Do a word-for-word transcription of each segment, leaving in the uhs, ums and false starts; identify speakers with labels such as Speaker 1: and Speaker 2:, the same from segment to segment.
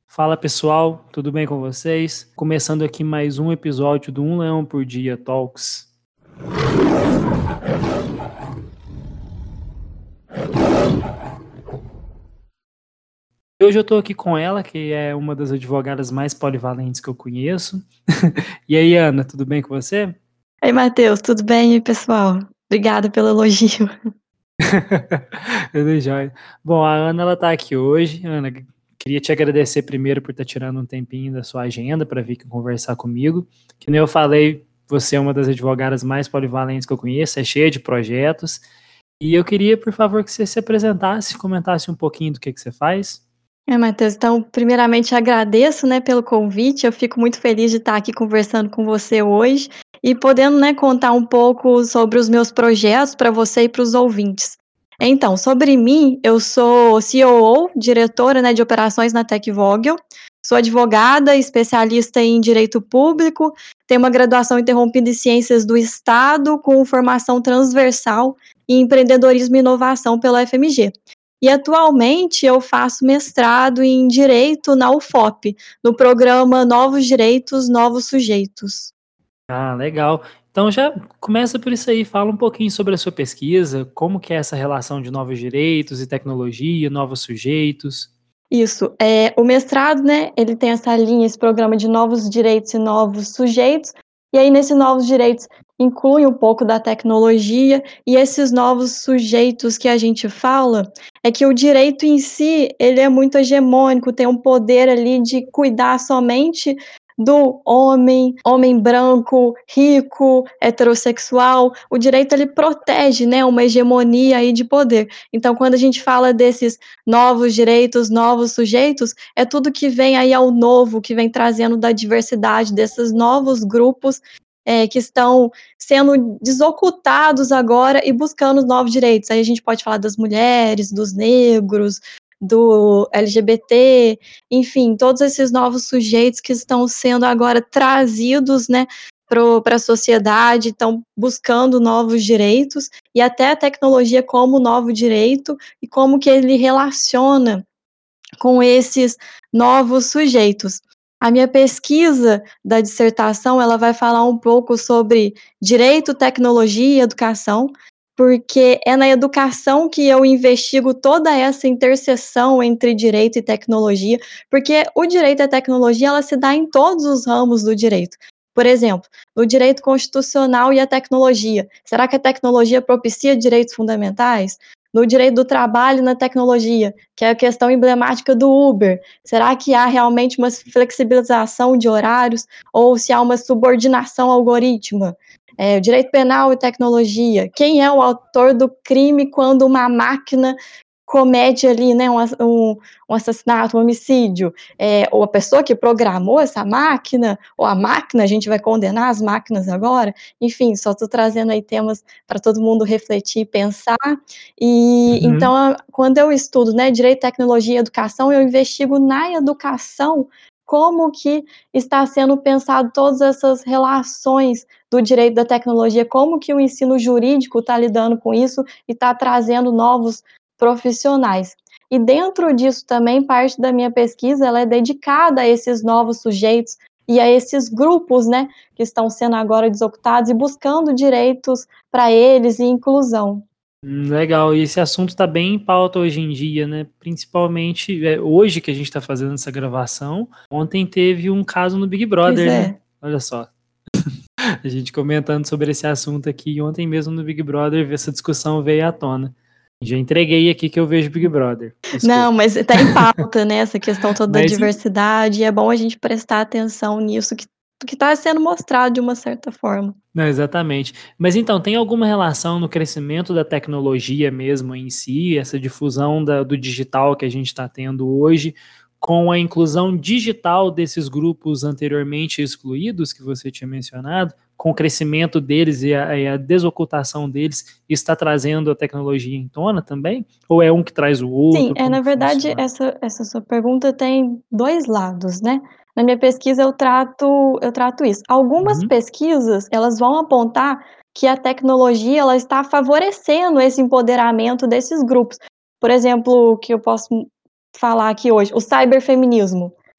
Speaker 1: Fala pessoal, tudo bem com vocês? Começando aqui mais um episódio do Um Leão por Dia Talks. Hoje eu tô aqui com ela, que é uma das advogadas mais polivalentes que eu conheço. E aí, Ana, tudo bem com você?
Speaker 2: Oi, Matheus, tudo bem, e pessoal? Obrigada pelo elogio.
Speaker 1: Tudo jóia. Bom, a Ana, ela tá aqui hoje. Ana, queria te agradecer primeiro por estar tirando um tempinho da sua agenda para vir aqui conversar comigo. Que nem eu falei, você é uma das advogadas mais polivalentes que eu conheço, é cheia de projetos. E eu queria, por favor, que você se apresentasse, comentasse um pouquinho do que, que você faz.
Speaker 2: É, Matheus, então, primeiramente agradeço, né, pelo convite. Eu fico muito feliz de estar aqui conversando com você hoje e podendo, né, contar um pouco sobre os meus projetos para você e para os ouvintes. Então, sobre mim, eu sou C E O, diretora, né, de operações na Tecvogel. Sou advogada, especialista em direito público, tenho uma graduação interrompida em ciências do Estado com formação transversal em empreendedorismo e inovação pela F M G. E atualmente eu faço mestrado em Direito na U F O P, no programa Novos Direitos, Novos Sujeitos.
Speaker 1: Ah, legal. Então já começa por isso aí, fala um pouquinho sobre a sua pesquisa, como que é essa relação de novos direitos e tecnologia, novos sujeitos.
Speaker 2: Isso, é, o mestrado, né, ele tem essa linha, esse programa de novos direitos e novos sujeitos, e aí nesses novos direitos inclui um pouco da tecnologia, e esses novos sujeitos que a gente fala, é que o direito em si, ele é muito hegemônico, tem um poder ali de cuidar somente do homem, homem branco, rico, heterossexual. O direito, ele protege, né, uma hegemonia aí de poder. Então, quando a gente fala desses novos direitos, novos sujeitos, é tudo que vem aí ao novo, que vem trazendo da diversidade desses novos grupos é, que estão sendo desocultados agora e buscando novos direitos. Aí a gente pode falar das mulheres, dos negros, do L G B T, enfim, todos esses novos sujeitos que estão sendo agora trazidos, né, para a sociedade, estão buscando novos direitos, e até a tecnologia como novo direito, e como que ele relaciona com esses novos sujeitos. A minha pesquisa da dissertação, ela vai falar um pouco sobre direito, tecnologia e educação, porque é na educação que eu investigo toda essa interseção entre direito e tecnologia, porque o direito e a tecnologia, ela se dá em todos os ramos do direito. Por exemplo, no direito constitucional e a tecnologia. Será que a tecnologia propicia direitos fundamentais? No direito do trabalho e na tecnologia, que é a questão emblemática do Uber. Será que há realmente uma flexibilização de horários ou se há uma subordinação algorítmica? É, o direito penal e tecnologia. Quem é o autor do crime quando uma máquina comete ali, né, um, um, um assassinato, um homicídio, é, ou a pessoa que programou essa máquina, ou a máquina, a gente vai condenar as máquinas agora, enfim, só estou trazendo aí temas para todo mundo refletir e pensar, e
Speaker 1: Uhum.
Speaker 2: então, quando eu estudo, né, direito, tecnologia e educação, eu investigo na educação como que está sendo pensado todas essas relações do direito da tecnologia, como que o ensino jurídico está lidando com isso e está trazendo novos profissionais. E dentro disso também, parte da minha pesquisa, ela é dedicada a esses novos sujeitos e a esses grupos, né, que estão sendo agora desocupados e buscando direitos para eles e inclusão.
Speaker 1: Legal, e esse assunto está bem em pauta hoje em dia, né? Principalmente é, hoje que a gente está fazendo essa gravação. Ontem teve um caso no Big Brother,
Speaker 2: Pois é.
Speaker 1: né? Olha só. A gente comentando sobre esse assunto aqui, ontem mesmo no Big Brother, essa discussão veio à tona. Já entreguei aqui que eu vejo Big Brother. Desculpa.
Speaker 2: Não, mas está em pauta, né, essa questão toda da
Speaker 1: Mas,
Speaker 2: diversidade, e é bom a gente prestar atenção nisso que que está sendo mostrado de uma certa forma.
Speaker 1: Não, exatamente. Mas então, tem alguma relação no crescimento da tecnologia mesmo em si, essa difusão da, do digital que a gente está tendo hoje, com a inclusão digital desses grupos anteriormente excluídos que você tinha mencionado, com o crescimento deles e a, e a desocultação deles, está trazendo a tecnologia em tona também? Ou é um que traz o
Speaker 2: Sim,
Speaker 1: outro?
Speaker 2: é,
Speaker 1: Como
Speaker 2: na
Speaker 1: que
Speaker 2: verdade,
Speaker 1: funciona?
Speaker 2: essa essa sua pergunta tem dois lados, né. Na minha pesquisa eu trato eu trato isso. Algumas
Speaker 1: Uhum.
Speaker 2: pesquisas, elas vão apontar que a tecnologia, ela está favorecendo esse empoderamento desses grupos. Por exemplo, o que eu posso falar aqui hoje, o cyberfeminismo.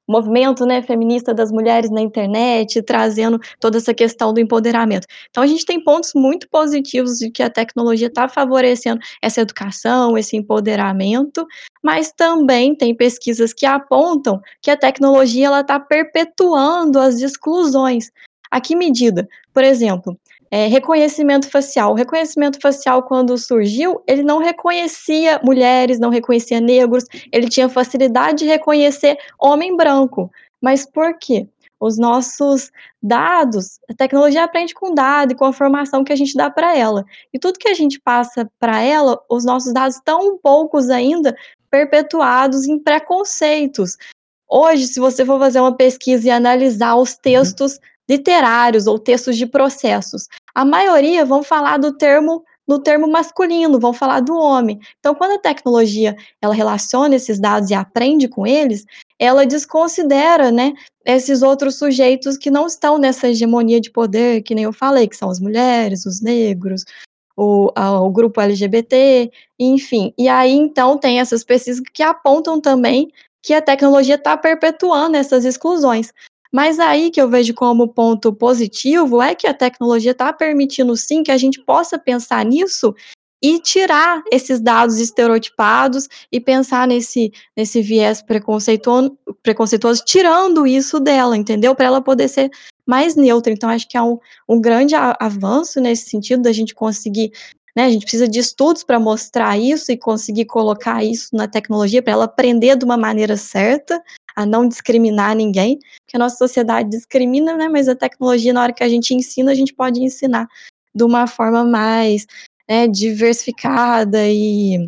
Speaker 2: movimento, né, feminista das mulheres na internet, trazendo toda essa questão do empoderamento. Então a gente tem pontos muito positivos de que a tecnologia está favorecendo essa educação, esse empoderamento, mas também tem pesquisas que apontam que a tecnologia ela está perpetuando as exclusões. A que medida? Por exemplo, é, reconhecimento facial. O reconhecimento facial, quando surgiu, ele não reconhecia mulheres, não reconhecia negros, ele tinha facilidade de reconhecer homem branco. Mas por quê? Os nossos dados, a tecnologia aprende com dado e com a informação que a gente dá para ela. E tudo que a gente passa para ela, os nossos dados estão poucos ainda perpetuados em preconceitos. Hoje, se você for fazer uma pesquisa e analisar os textos literários ou textos de processos, a maioria vão falar do termo no termo masculino, vão falar do homem. Então, quando a tecnologia ela relaciona esses dados e aprende com eles, ela desconsidera, né, esses outros sujeitos que não estão nessa hegemonia de poder, que nem eu falei, que são as mulheres, os negros, o, a, o grupo L G B T, enfim. E aí, então, tem essas pesquisas que apontam também que a tecnologia está perpetuando essas exclusões. Mas aí que eu vejo como ponto positivo é que a tecnologia está permitindo sim que a gente possa pensar nisso e tirar esses dados estereotipados e pensar nesse, nesse viés preconceituoso, preconceituoso, tirando isso dela, entendeu? Para ela poder ser mais neutra. Então, acho que é um, um grande a, avanço nesse sentido da gente conseguir, né? A gente precisa de estudos para mostrar isso e conseguir colocar isso na tecnologia para ela aprender de uma maneira certa, a não discriminar ninguém, porque a nossa sociedade discrimina, né? Mas a tecnologia, na hora que a gente ensina, a gente pode ensinar de uma forma mais, né, diversificada e,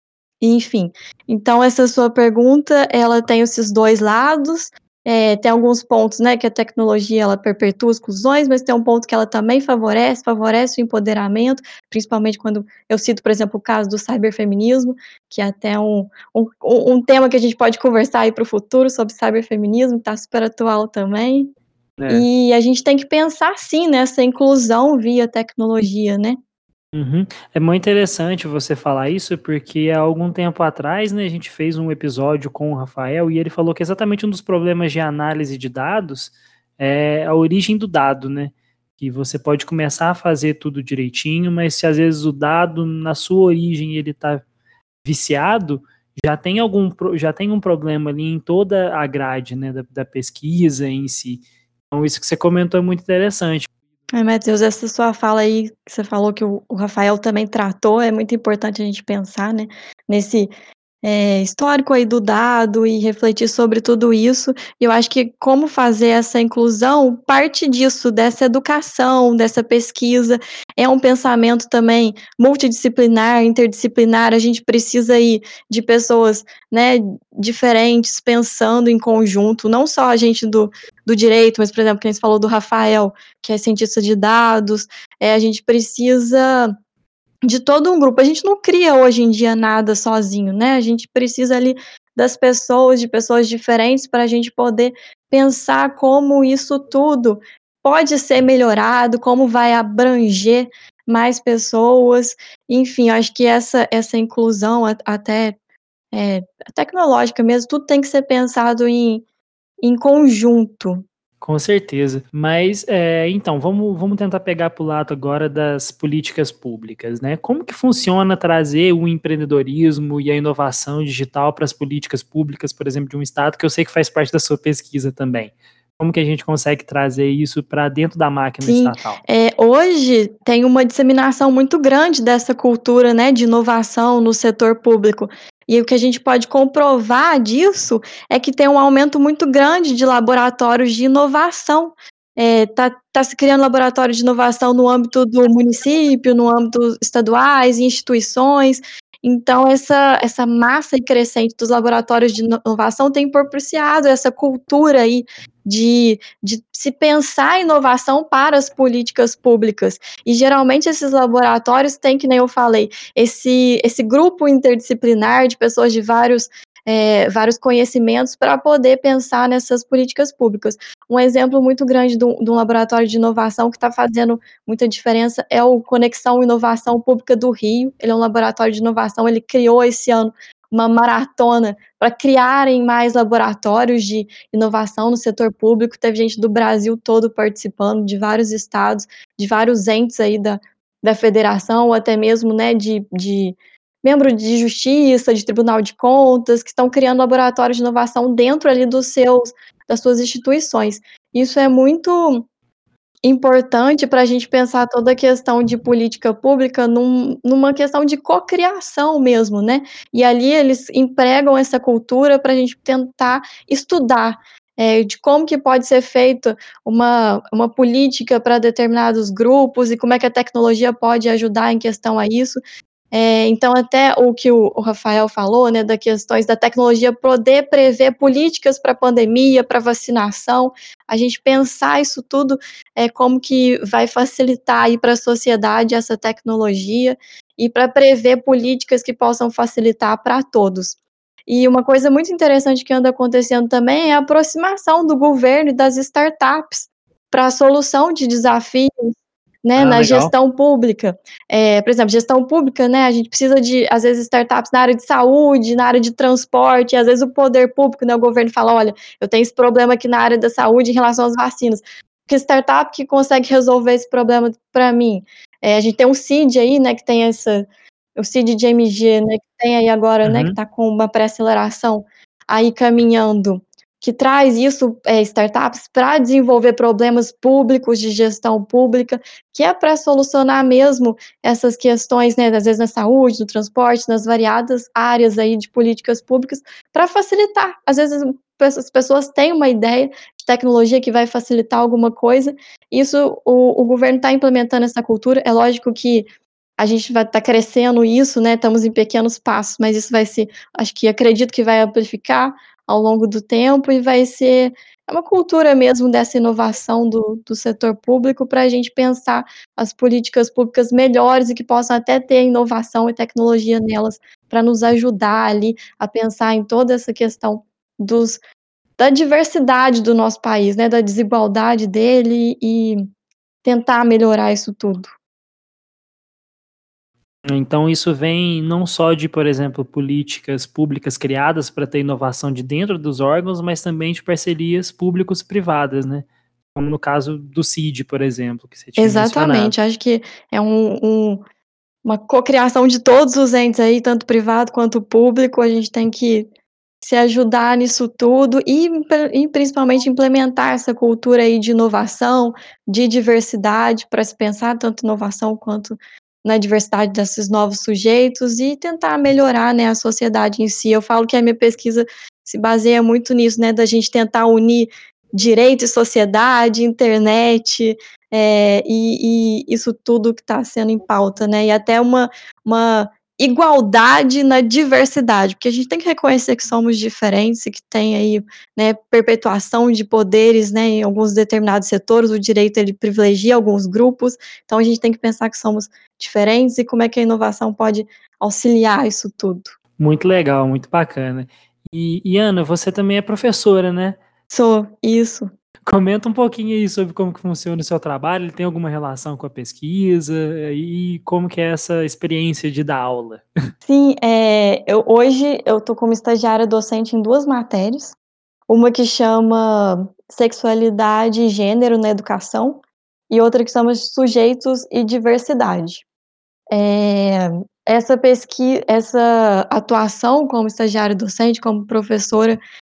Speaker 2: enfim. Então, essa sua pergunta, ela tem esses dois lados. É, tem alguns pontos, né, que a tecnologia ela perpetua exclusões, mas tem um ponto que ela também favorece, favorece o empoderamento, principalmente quando eu cito, por exemplo, o caso do cyberfeminismo, que é até um, um, um tema que a gente pode conversar aí para o futuro sobre cyberfeminismo, que está super atual também.
Speaker 1: É.
Speaker 2: E a gente tem que pensar, sim, nessa inclusão via tecnologia, né?
Speaker 1: Uhum. É muito interessante você falar isso, porque há algum tempo atrás, né, a gente fez um episódio com o Rafael e ele falou que exatamente um dos problemas de análise de dados é a origem do dado, né? Que você pode começar a fazer tudo direitinho, mas se às vezes o dado, na sua origem, ele está viciado, já tem algum pro- já tem um problema ali em toda a grade, né, da, da pesquisa em si. Então, isso que você comentou é muito interessante.
Speaker 2: Ai, Matheus, essa sua fala aí, que você falou que o, o Rafael também tratou, é muito importante a gente pensar, né, nesse é, histórico aí do dado e refletir sobre tudo isso. E eu acho que como fazer essa inclusão parte disso, dessa educação, dessa pesquisa. É um pensamento também multidisciplinar, interdisciplinar. A gente precisa aí de pessoas, né, diferentes pensando em conjunto, não só a gente do, do direito, mas, por exemplo, quem você falou do Rafael, que é cientista de dados, é, a gente precisa de todo um grupo. A gente não cria hoje em dia nada sozinho, né? A gente precisa ali das pessoas, de pessoas diferentes, para a gente poder pensar como isso tudo pode ser melhorado, como vai abranger mais pessoas. Enfim, eu acho que essa, essa inclusão, a- até é, tecnológica mesmo, tudo tem que ser pensado em, em conjunto.
Speaker 1: Com certeza. Mas, é, então, vamos, vamos tentar pegar para o lado agora das políticas públicas, né? Como que funciona trazer o empreendedorismo e a inovação digital para as políticas públicas, por exemplo, de um estado, que eu sei que faz parte da sua pesquisa também? Como que a gente consegue trazer isso para dentro da máquina
Speaker 2: Sim,
Speaker 1: estatal?
Speaker 2: é, hoje tem uma disseminação muito grande dessa cultura, né, de inovação no setor público. E o que a gente pode comprovar disso é que tem um aumento muito grande de laboratórios de inovação. Está tá se criando laboratórios de inovação no âmbito do município, no âmbito estaduais, instituições. Então, essa, essa massa crescente dos laboratórios de inovação tem propiciado essa cultura aí de de se pensar a inovação para as políticas públicas. E geralmente esses laboratórios têm, que nem eu falei, esse, esse grupo interdisciplinar de pessoas de vários, é, vários conhecimentos para poder pensar nessas políticas públicas. Um exemplo muito grande de um, de um laboratório de inovação que está fazendo muita diferença é o Conexão Inovação Pública do Rio. Ele é um laboratório de inovação, ele criou esse ano uma maratona para criarem mais laboratórios de inovação no setor público. Teve gente do Brasil todo participando, de vários estados, de vários entes aí da, da federação, ou até mesmo, né, de, de membro de justiça, de tribunal de contas, que estão criando laboratórios de inovação dentro ali dos seus, das suas instituições. Isso é muito importante para a gente pensar toda a questão de política pública num, numa questão de cocriação mesmo, né? E ali eles empregam essa cultura para a gente tentar estudar é, de como que pode ser feita uma, uma política para determinados grupos e como é que a tecnologia pode ajudar em questão a isso. É, então, até o que o, o Rafael falou, né, das questões da tecnologia poder prever políticas para a pandemia, para vacinação, a gente pensar isso tudo, é, como que vai facilitar aí para a sociedade essa tecnologia e para prever políticas que possam facilitar para todos. E uma coisa muito interessante que anda acontecendo também é a aproximação do governo e das startups para a solução de desafios, né,
Speaker 1: Ah,
Speaker 2: na
Speaker 1: legal.
Speaker 2: gestão pública. É, por exemplo, gestão pública, né, a gente precisa de, às vezes, startups na área de saúde, na área de transporte, e às vezes o poder público, né, o governo fala, olha, eu tenho esse problema aqui na área da saúde em relação às vacinas. Que startup que consegue resolver esse problema para mim? É, a gente tem um C I D aí, né, que tem essa, o C I D de M G, né, que tem aí agora, né, que
Speaker 1: Uhum.
Speaker 2: está com uma pré-aceleração aí caminhando, que traz isso, é, startups para desenvolver problemas públicos de gestão pública, que é para solucionar mesmo essas questões, né, às vezes na saúde, no transporte, nas variadas áreas aí de políticas públicas, para facilitar. Às vezes as pessoas têm uma ideia de tecnologia que vai facilitar alguma coisa, isso o, o governo está implementando essa cultura. É lógico que a gente vai estar tá crescendo isso, né, estamos em pequenos passos, mas isso vai ser, acho que acredito que vai amplificar ao longo do tempo e vai ser é uma cultura mesmo dessa inovação do, do setor público para a gente pensar as políticas públicas melhores e que possam até ter inovação e tecnologia nelas para nos ajudar ali a pensar em toda essa questão dos, da diversidade do nosso país, né, da desigualdade dele e tentar melhorar isso tudo.
Speaker 1: Então isso vem não só de, por exemplo, políticas públicas criadas para ter inovação de dentro dos órgãos, mas também de parcerias públicos-privadas, né? Como no caso do C I D, por exemplo, que você tinha mencionado.
Speaker 2: Exatamente, acho que é um, um, uma cocriação de todos os entes aí, tanto privado quanto público, a gente tem que se ajudar nisso tudo e, e principalmente implementar essa cultura aí de inovação, de diversidade, para se pensar tanto inovação quanto na diversidade desses novos sujeitos e tentar melhorar, né, a sociedade em si. Eu falo que a minha pesquisa se baseia muito nisso, né, da gente tentar unir direito e sociedade, internet, é, e, e isso tudo que está sendo em pauta, né, e até uma, uma igualdade na diversidade, porque a gente tem que reconhecer que somos diferentes e que tem aí, né, perpetuação de poderes, né, em alguns determinados setores, o direito ele privilegia alguns grupos, então a gente tem que pensar que somos diferentes e como é que a inovação pode auxiliar isso tudo.
Speaker 1: Muito legal, muito bacana. E, e Ana, você também é professora, né?
Speaker 2: Sou, isso.
Speaker 1: Comenta um pouquinho aí sobre como que funciona o seu trabalho, ele tem alguma relação com a pesquisa e como que é essa experiência de dar aula?
Speaker 2: Sim, é, eu, hoje eu estou como estagiária docente em duas matérias, uma que chama Sexualidade e Gênero na Educação e outra que chama Sujeitos e Diversidade. É, essa pesquisa, essa atuação como estagiária docente, como professora,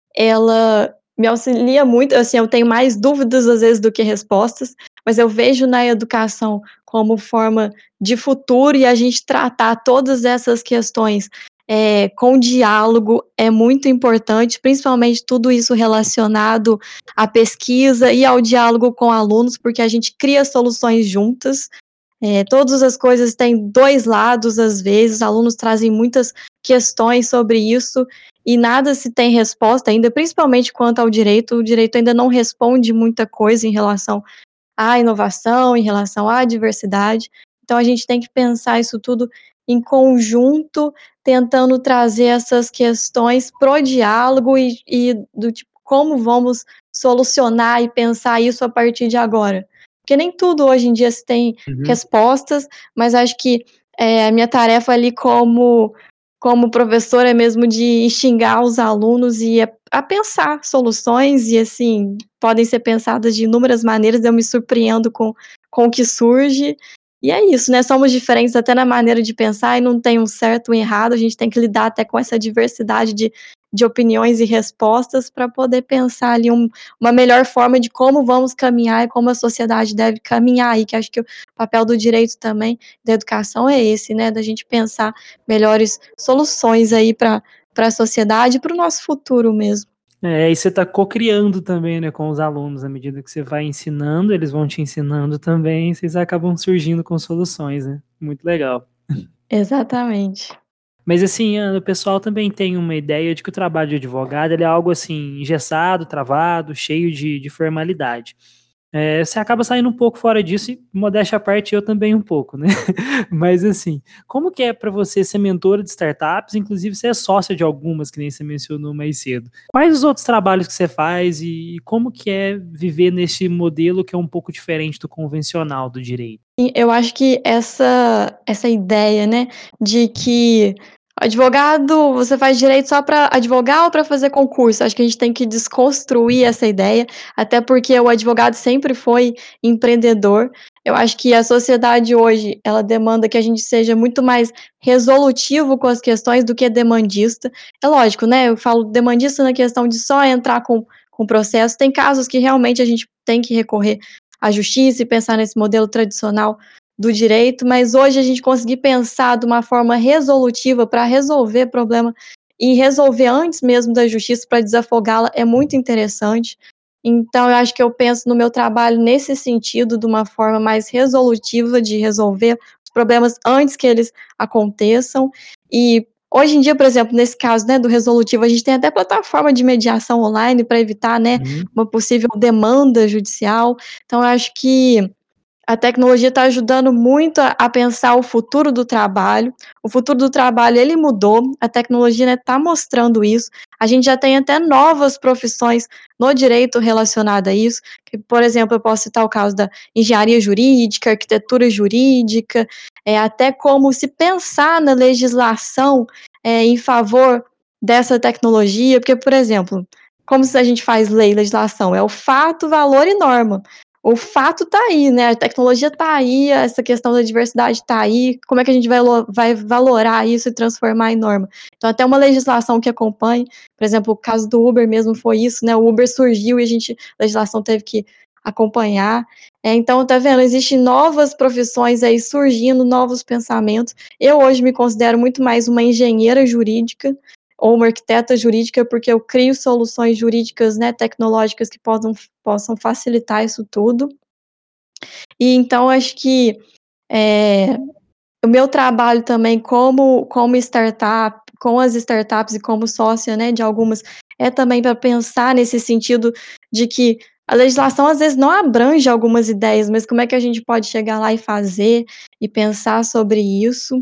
Speaker 2: ela me auxilia muito, assim, eu tenho mais dúvidas às vezes do que respostas, mas eu vejo na educação como forma de futuro e a gente tratar todas essas questões é, com diálogo é muito importante, principalmente tudo isso relacionado à pesquisa e ao diálogo com alunos, porque a gente cria soluções juntas. É, todas as coisas têm dois lados, às vezes, alunos trazem muitas questões sobre isso e nada se tem resposta ainda, principalmente quanto ao direito. O direito ainda não responde muita coisa em relação à inovação, em relação à diversidade. Então, a gente tem que pensar isso tudo em conjunto, tentando trazer essas questões pro diálogo e, e do tipo, como vamos solucionar e pensar isso a partir de agora. Porque nem tudo hoje em dia se tem
Speaker 1: Uhum.
Speaker 2: respostas, mas acho que é, a minha tarefa ali como como professora mesmo de instigar os alunos e a a pensar soluções e, assim, podem ser pensadas de inúmeras maneiras, eu me surpreendo com com o que surge. E é isso, né, somos diferentes até na maneira de pensar e não tem um certo ou errado, a gente tem que lidar até com essa diversidade de de opiniões e respostas para poder pensar ali um uma melhor forma de como vamos caminhar e como a sociedade deve caminhar e que acho que o papel do direito também, da educação é esse, né, da gente pensar melhores soluções aí para para a sociedade e para o nosso futuro mesmo.
Speaker 1: É, e você está cocriando também, né, com os alunos, à medida que você vai ensinando, eles vão te ensinando também, vocês acabam surgindo com soluções, né, muito legal.
Speaker 2: Exatamente.
Speaker 1: Mas assim, Ana, o pessoal também tem uma ideia de que o trabalho de advogado ele é algo assim, engessado, travado, cheio de, de formalidade. É, você acaba saindo um pouco fora disso e, modéstia à parte, eu também um pouco, né? Mas assim, como que é para você ser mentora de startups? Inclusive, você é sócia de algumas, que nem você mencionou mais cedo. Quais os outros trabalhos que você faz e como que é viver nesse modelo que é um pouco diferente do convencional do direito?
Speaker 2: E eu acho que essa essa ideia, né, de que advogado você faz direito só para advogar ou para fazer concurso? Acho que a gente tem que desconstruir essa ideia, até porque o advogado sempre foi empreendedor. Eu acho que a sociedade hoje, ela demanda que a gente seja muito mais resolutivo com as questões do que demandista. É lógico, né, eu falo demandista na questão de só entrar com com processo, tem casos que realmente a gente tem que recorrer à justiça e pensar nesse modelo tradicional do direito, mas hoje a gente conseguir pensar de uma forma resolutiva para resolver problema e resolver antes mesmo da justiça para desafogá-la é muito interessante. Então eu acho que eu penso no meu trabalho nesse sentido, de uma forma mais resolutiva de resolver os problemas antes que eles aconteçam. E hoje em dia, por exemplo, nesse caso, né, do resolutivo, a gente tem até plataforma de mediação online para evitar, né,
Speaker 1: Uhum.
Speaker 2: uma possível demanda judicial. Então eu acho que a tecnologia está ajudando muito a a pensar o futuro do trabalho. O futuro do trabalho, ele mudou, a tecnologia, né, tá mostrando isso. A gente já tem até novas profissões no direito relacionada a isso, que, por exemplo, eu posso citar o caso da engenharia jurídica, arquitetura jurídica, eh, até como se pensar na legislação, eh, em favor dessa tecnologia, porque, por exemplo, como se a gente faz lei, legislação? É o fato, valor e norma. O fato tá aí, né, a tecnologia tá aí, essa questão da diversidade tá aí, como é que a gente vai lo vai valorar isso e transformar em norma? Então até uma legislação que acompanhe, por exemplo, o caso do Uber mesmo foi isso, né, o Uber surgiu e a gente a legislação teve que acompanhar. Eh, então tá vendo, existem novas profissões aí surgindo, novos pensamentos. Eu hoje me considero muito mais uma engenheira jurídica ou uma arquiteta jurídica, porque eu crio soluções jurídicas, né, tecnológicas que possam possam facilitar isso tudo. E então acho que, eh, o meu trabalho também como como startup, com as startups e como sócia, né, de algumas, é também para pensar nesse sentido de que a legislação às vezes não abrange algumas ideias, mas como é que a gente pode chegar lá e fazer, e pensar sobre isso.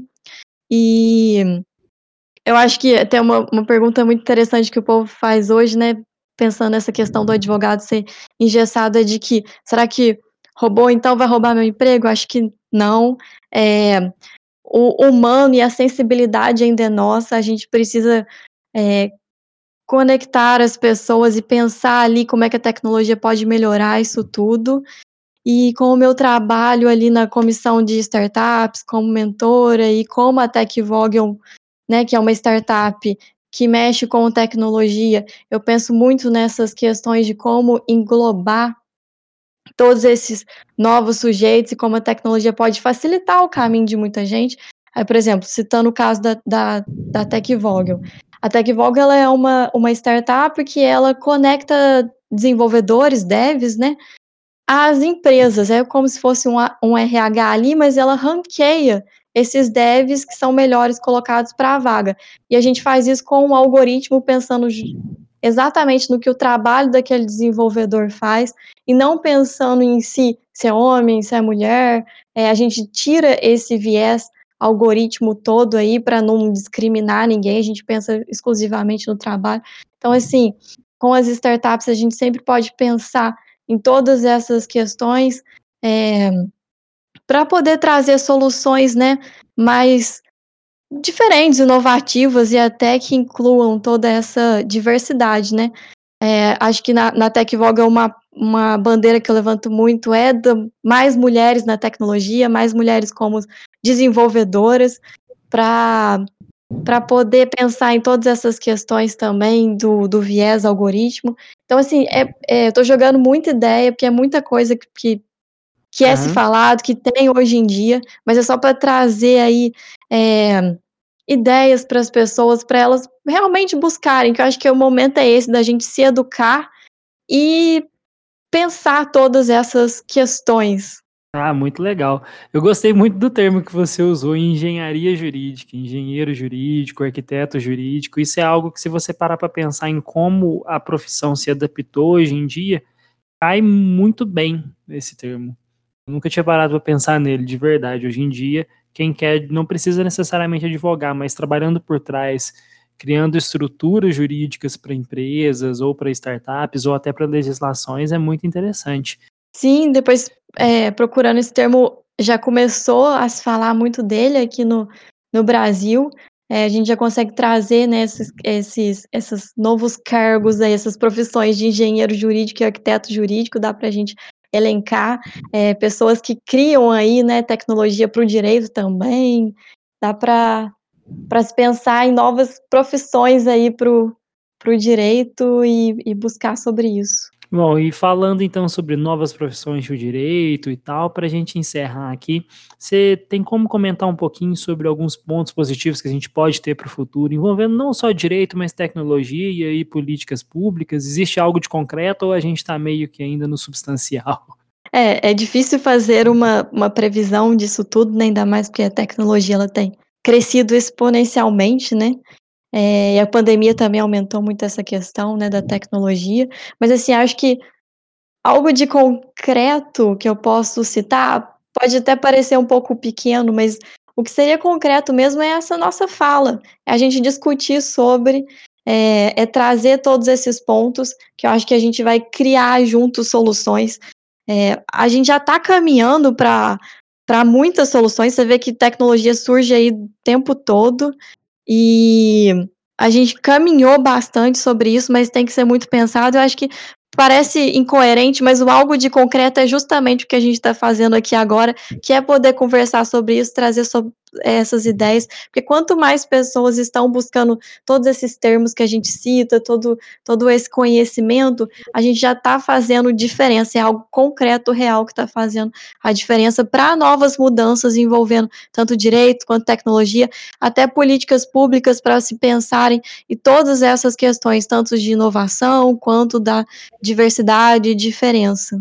Speaker 2: E eu acho que até uma uma pergunta muito interessante que o povo faz hoje, né, pensando nessa questão do advogado ser engessado, é de que: "Será que robô então vai roubar meu emprego?" Acho que não. Eh, o humano e a sensibilidade ainda é nossa, a gente precisa, eh, conectar as pessoas e pensar ali como é que a tecnologia pode melhorar isso tudo. E com o meu trabalho ali na comissão de startups, como mentora e como a Tecvogel, né, que é uma startup que mexe com tecnologia, eu penso muito nessas questões de como englobar todos esses novos sujeitos e como a tecnologia pode facilitar o caminho de muita gente. Aí, por exemplo, citando o caso da da da Tecvogel. A Tecvogel ela é uma uma startup que ela conecta desenvolvedores, devs, né, às empresas. É como se fosse um a um R H ali, mas ela ranqueia esses devs que são melhores colocados para a vaga. E a gente faz isso com um algoritmo pensando ju exatamente no que o trabalho daquele desenvolvedor faz, e não pensando em si, se é homem, se é mulher, eh, a gente tira esse viés algoritmo todo aí para não discriminar ninguém, a gente pensa exclusivamente no trabalho. Então, assim, com as startups a gente sempre pode pensar em todas essas questões, eh, pra poder trazer soluções, né, mais diferentes, inovativas e até que incluam toda essa diversidade, né. Eh, acho que na na Tecvoga uma uma bandeira que eu levanto muito é da mais mulheres na tecnologia, mais mulheres como desenvolvedoras, pra pra poder pensar em todas essas questões também do do viés algoritmo. Então, assim, é é eu tô jogando muita ideia, porque é muita coisa que que que é se
Speaker 1: Aham.
Speaker 2: falado, que tem hoje em dia, mas é só pra trazer aí, eh, ideias para as pessoas, pra elas realmente buscarem, que eu acho que o momento é esse, da gente se educar e pensar todas essas questões.
Speaker 1: Ah, muito legal. Eu gostei muito do termo que você usou, engenharia jurídica, engenheiro jurídico, arquiteto jurídico. Isso é algo que, se você parar para pensar em como a profissão se adaptou hoje em dia, cai muito bem esse termo. Eu nunca tinha parado para pensar nele, de verdade. Hoje em dia, quem quer não precisa necessariamente advogar, mas trabalhando por trás, criando estruturas jurídicas para empresas ou para startups ou até para legislações, é muito interessante.
Speaker 2: Sim, depois, eh, procurando esse termo, já começou a se falar muito dele aqui no no Brasil. Eh, a gente já consegue trazer, né, esses esses esses novos cargos aí, essas profissões de engenheiro jurídico e arquiteto jurídico, dá pra gente elencar, eh, pessoas que criam aí, né, tecnologia para o direito também. Dá pra pra se pensar em novas profissões aí para o para o direito e e buscar sobre isso.
Speaker 1: Bom, e falando então sobre novas profissões do direito e tal, para a gente encerrar aqui, você tem como comentar um pouquinho sobre alguns pontos positivos que a gente pode ter para o futuro, envolvendo não só direito, mas tecnologia e políticas públicas? Existe algo de concreto ou a gente está meio que ainda no substancial?
Speaker 2: É, é difícil fazer uma uma previsão disso tudo, né, ainda mais porque a tecnologia ela tem crescido exponencialmente, né, eh, e a pandemia também aumentou muito essa questão, né, da tecnologia. Mas, assim, acho que algo de concreto que eu posso citar, pode até parecer um pouco pequeno, mas o que seria concreto mesmo é essa nossa fala, é a gente discutir sobre, eh, é trazer todos esses pontos, que eu acho que a gente vai criar juntos soluções. Eh, a gente já tá caminhando pra pra muitas soluções, você vê que tecnologia surge aí o tempo todo, e a gente caminhou bastante sobre isso, mas tem que ser muito pensado. Eu acho que parece incoerente, mas o algo de concreto é justamente o que a gente tá fazendo aqui agora, que é poder conversar sobre isso, trazer sob essas ideias, porque quanto mais pessoas estão buscando todos esses termos que a gente cita, todo todo esse conhecimento, a gente já tá fazendo diferença, é algo concreto, real, que tá fazendo a diferença pra novas mudanças envolvendo tanto direito quanto tecnologia, até políticas públicas pra se pensarem em todas essas questões, tanto de inovação quanto da diversidade e diferença.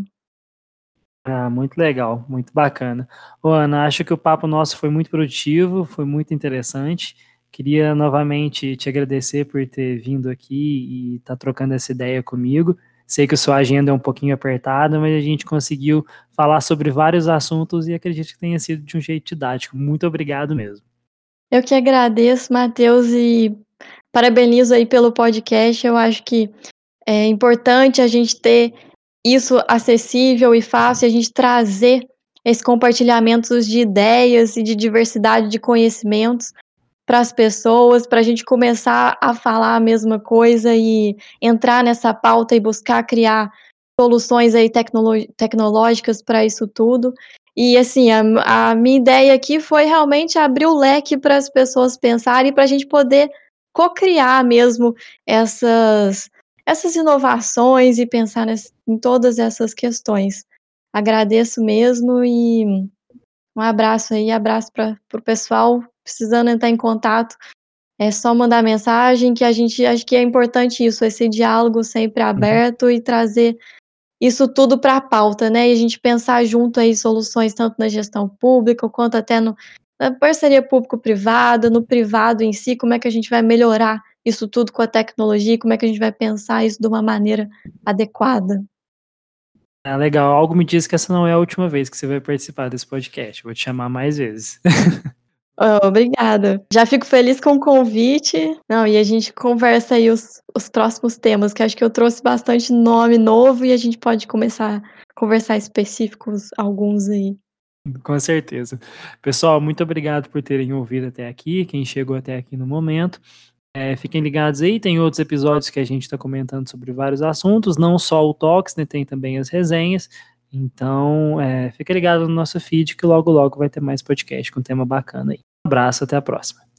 Speaker 1: Ah, muito legal, muito bacana. Ô Ana, acho que o papo nosso foi muito produtivo, foi muito interessante. Queria novamente te agradecer por ter vindo aqui e estar trocando essa ideia comigo. Sei que a sua agenda é um pouquinho apertada, mas a gente conseguiu falar sobre vários assuntos e acredito que tenha sido de um jeito didático. Muito obrigado mesmo.
Speaker 2: Eu que agradeço, Matheus, e parabenizo aí pelo podcast. Eu acho que é importante a gente ter isso acessível e fácil, a gente trazer esse compartilhamentos de ideias e de diversidade de conhecimentos para as pessoas, pra gente começar a falar a mesma coisa e entrar nessa pauta e buscar criar soluções aí tecnolo tecnológicas pra isso tudo. E, assim, a a minha ideia aqui foi realmente abrir o leque para as pessoas pensarem e pra gente poder cocriar mesmo essas essas inovações e pensar ness em todas essas questões. Agradeço mesmo e um abraço aí, abraço pra para o pessoal, precisando entrar em contato, é só mandar mensagem que a gente acho que é importante isso, esse diálogo sempre
Speaker 1: Uhum.
Speaker 2: aberto e trazer isso tudo pra pauta, né, e a gente pensar junto aí soluções tanto na gestão pública quanto até no na parceria público-privada, no privado em si, como é que a gente vai melhorar isso tudo com a tecnologia e como é que a gente vai pensar isso de uma maneira adequada.
Speaker 1: Ah, legal. Algo me diz que essa não é a última vez que você vai participar desse podcast, vou te chamar mais vezes.
Speaker 2: Oh, obrigada. Já fico feliz com o convite. Não, e a gente conversa aí os os próximos temas, que acho que eu trouxe bastante nome novo e a gente pode começar a conversar específicos alguns aí.
Speaker 1: Com certeza. Pessoal, muito obrigado por terem ouvido até aqui, quem chegou até aqui no momento. É, fiquem ligados aí, tem outros episódios que a gente está comentando sobre vários assuntos, não só o Talks, né, tem também as resenhas. Então, é, fica ligado no nosso feed que logo logo vai ter mais podcast com tema bacana aí. Um abraço, até a próxima.